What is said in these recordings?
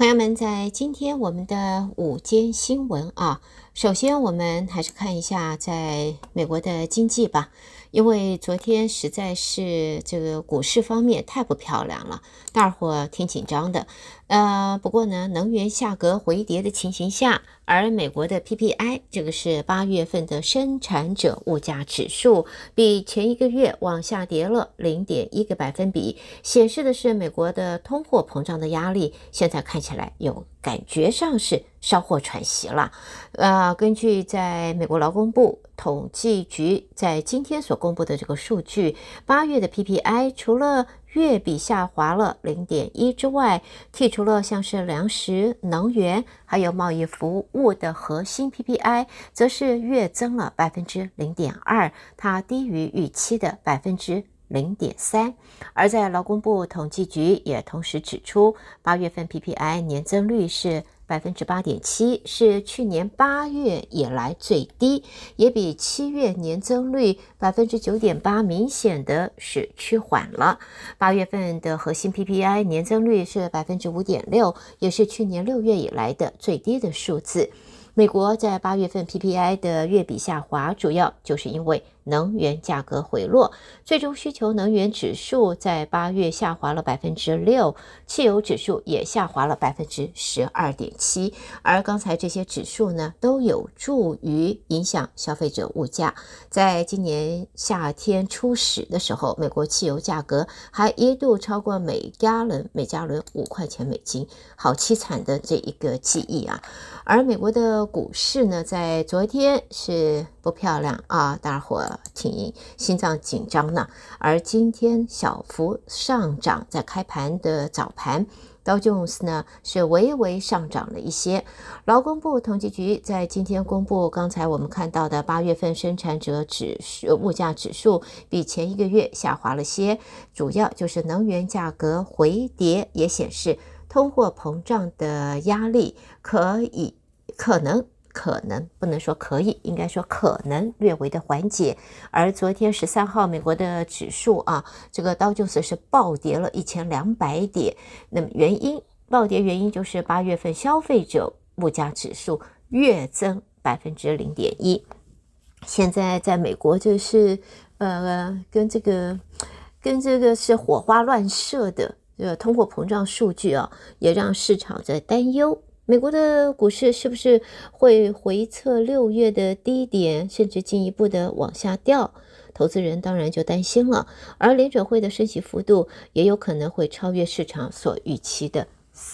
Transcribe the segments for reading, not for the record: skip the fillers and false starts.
朋友们，在今天我们的午间新闻啊，首先我们还是看一下在美国的经济吧，因为昨天实在是这个股市方面太不漂亮了，大伙挺紧张的。不过呢，能源价格回跌的情形下，而美国的 PPI 这个是8月份的生产者物价指数，比前一个月往下跌了0.1个百分比，显示的是美国的通货膨胀的压力现在看起来有感觉上是稍获喘息了。根据在美国劳工部统计局在今天所公布的这个数据，8月的 PPI 除了月比下滑了0.1之外，剔除了像是粮食、能源还有贸易服务的核心 PPI， 则是月增了0.2%，它低于预期的0.3%。而在劳工部统计局也同时指出，8月份 PPI 年增率是8.7%，是去年8月以来最低，也比7月年增率9.8%明显的是趋缓了。8月份的核心 PPI 年增率是5.6%，也是去年6月以来的最低的数字。美国在8月份 PPI 的月比下滑，主要就是因为能源价格回落，最终需求能源指数在8月下滑了6%，汽油指数也下滑了12.7%，而刚才这些指数呢，都有助于影响消费者物价。在今年夏天初始的时候，美国汽油价格还一度超过每加仑5块钱美金，好凄惨的这一个记忆啊！而美国的股市呢，在昨天是不漂亮啊，大伙挺心脏紧张呢。而今天小幅上涨，在开盘的早盘道琼斯呢是微微上涨了一些。劳工部统计局在今天公布刚才我们看到的8月份生产者物价指数比前一个月下滑了些，主要就是能源价格回跌，也显示通货膨胀的压力可能不能说可以，应该说可能略微的缓解。而昨天13号美国的指数啊，这个道琼斯是暴跌了1200点，那么暴跌原因就是8月份消费者物价指数月增0.1%。现在在美国就是跟这个是火花乱射的通货膨胀数据啊，也让市场在担忧美国的股市是不是会回测6月的低点，甚至进一步的往下掉，投资人当然就担心了。而联准会的升息幅度也有可能会超越市场所预期的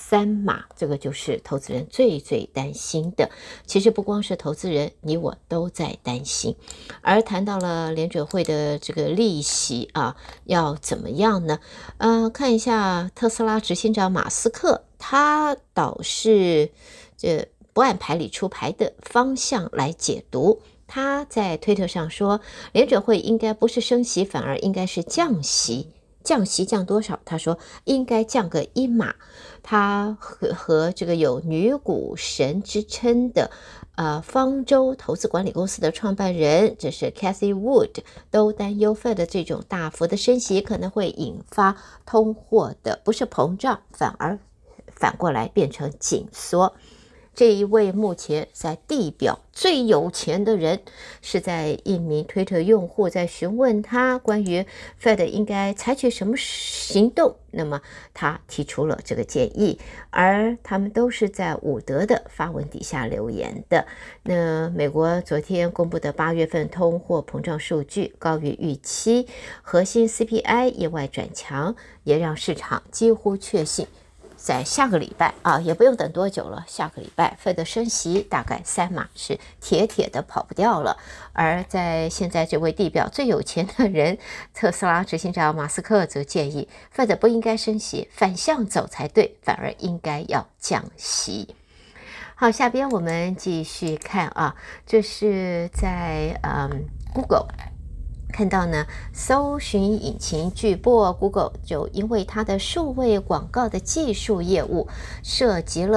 3码，这个就是投资人最担心的。其实不光是投资人，你我都在担心。而谈到了联准会的这个利息啊，要怎么样呢？看一下特斯拉执行长马斯克，他倒是不按牌理出牌的方向来解读。他在推特上说，联准会应该不是升息，反而应该是降息。降息降多少？他说应该降个1码。他和这个有女股神之称的方舟投资管理公司的创办人，这是 Cathy Wood， 都担忧 Fed 的这种大幅的升息可能会引发通货的不是膨胀，反过来变成紧缩。这一位目前在地表最有钱的人，是在一名推特用户在询问他关于 Fed 应该采取什么行动，那么他提出了这个建议，而他们都是在伍德的发文底下留言的。那美国昨天公布的8月份通货膨胀数据高于预期，核心 CPI 意外转强，也让市场几乎确信在下个礼拜啊，也不用等多久了，下个礼拜Fed升息大概3码是铁的跑不掉了。而在现在这位地表最有钱的人，特斯拉执行长马斯克则建议Fed不应该升息，反向走才对，反而应该要降息。好，下边我们继续看啊，这是在Google看到呢，搜寻引擎巨擘 Google 就因为它的数位广告的技术业务涉及了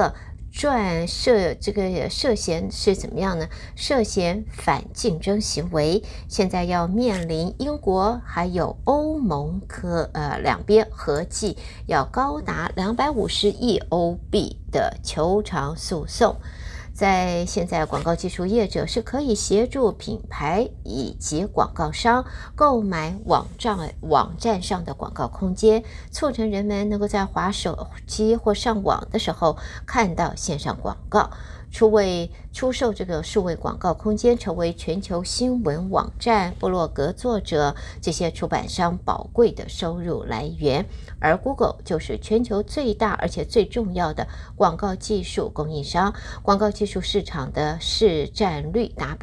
涉嫌是怎么样呢？涉嫌反竞争行为，现在要面临英国还有欧盟两边合计要高达250亿欧币的求偿诉讼。在现在，广告技术业者是可以协助品牌以及广告商购买网站上的广告空间，促成人们能够在滑手机或上网的时候看到线上广告。出售这个数位广告空间，成为全球新闻网站、部落格作者这些出版商宝贵的收入来源。而 Google 就是全球最大而且最重要的广告技术供应商，广告技术市场的市占率达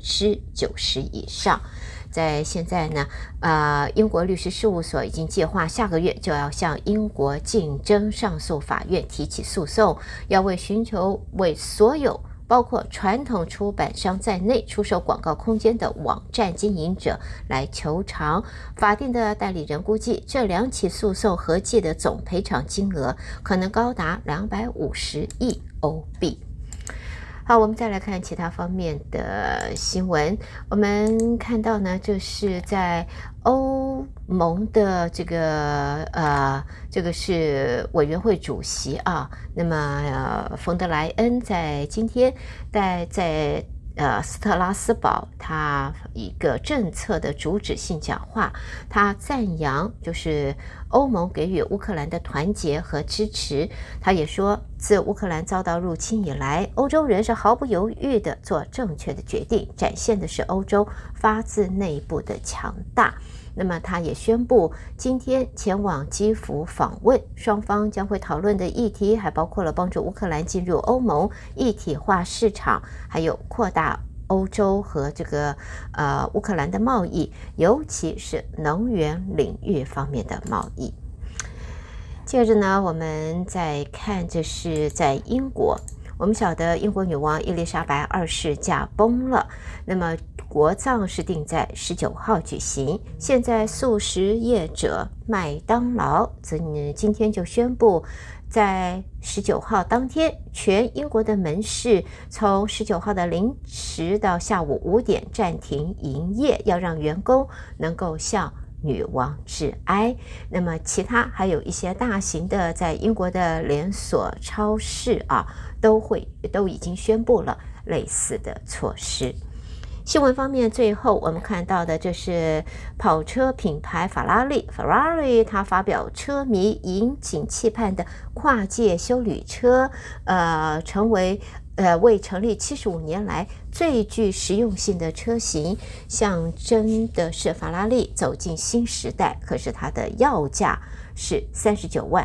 90%以上。在现在呢，英国律师事务所已经计划下个月就要向英国竞争上诉法院提起诉讼，要为所有包括传统出版商在内出售广告空间的网站经营者来求偿。法定的代理人估计，这2起诉讼合计的总赔偿金额可能高达250亿欧币。好，我们再来看其他方面的新闻。我们看到呢，这是在欧盟的这个是委员会主席啊。那么冯德莱恩在今天在斯特拉斯堡他一个政策的主旨性讲话，他赞扬就是欧盟给予乌克兰的团结和支持。他也说，自乌克兰遭到入侵以来，欧洲人是毫不犹豫地做正确的决定，展现的是欧洲发自内部的强大。那么他也宣布今天前往基辅访问，双方将会讨论的议题还包括了帮助乌克兰进入欧盟一体化市场，还有扩大欧洲和乌克兰的贸易，尤其是能源领域方面的贸易。接着呢，我们再看，这是在英国。我们晓得英国女王伊丽莎白2世驾崩了，那么国葬是定在19号举行。现在素食业者麦当劳今天就宣布，在19号当天，全英国的门市从19号的0时到下午5点暂停营业，要让员工能够向女王致哀。那么其他还有一些大型的在英国的连锁超市都已经宣布了类似的措施。新闻方面，最后我们看到的这是跑车品牌法拉利它发表车迷引颈期盼的跨界休旅车，成为为成立75年来最具实用性的车型，象征的是法拉利走进新时代。可是它的要价是39万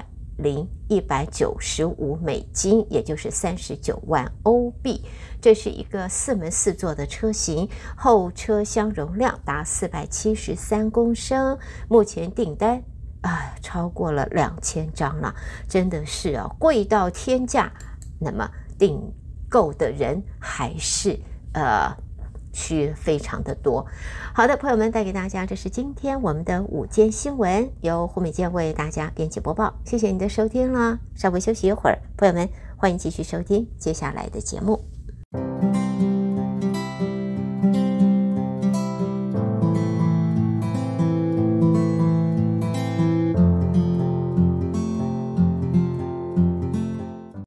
195美金，也就是39万欧币。这是一个4门4座的车型，后车厢容量达473公升，目前订单超过了2000张了，真的是贵到天价。那么订购的人还是非常的多。好的，朋友们，带给大家这是今天我们的午间新闻，由胡美健为大家编辑播报。谢谢你的收听了，稍微休息一会儿，朋友们欢迎继续收听接下来的节目。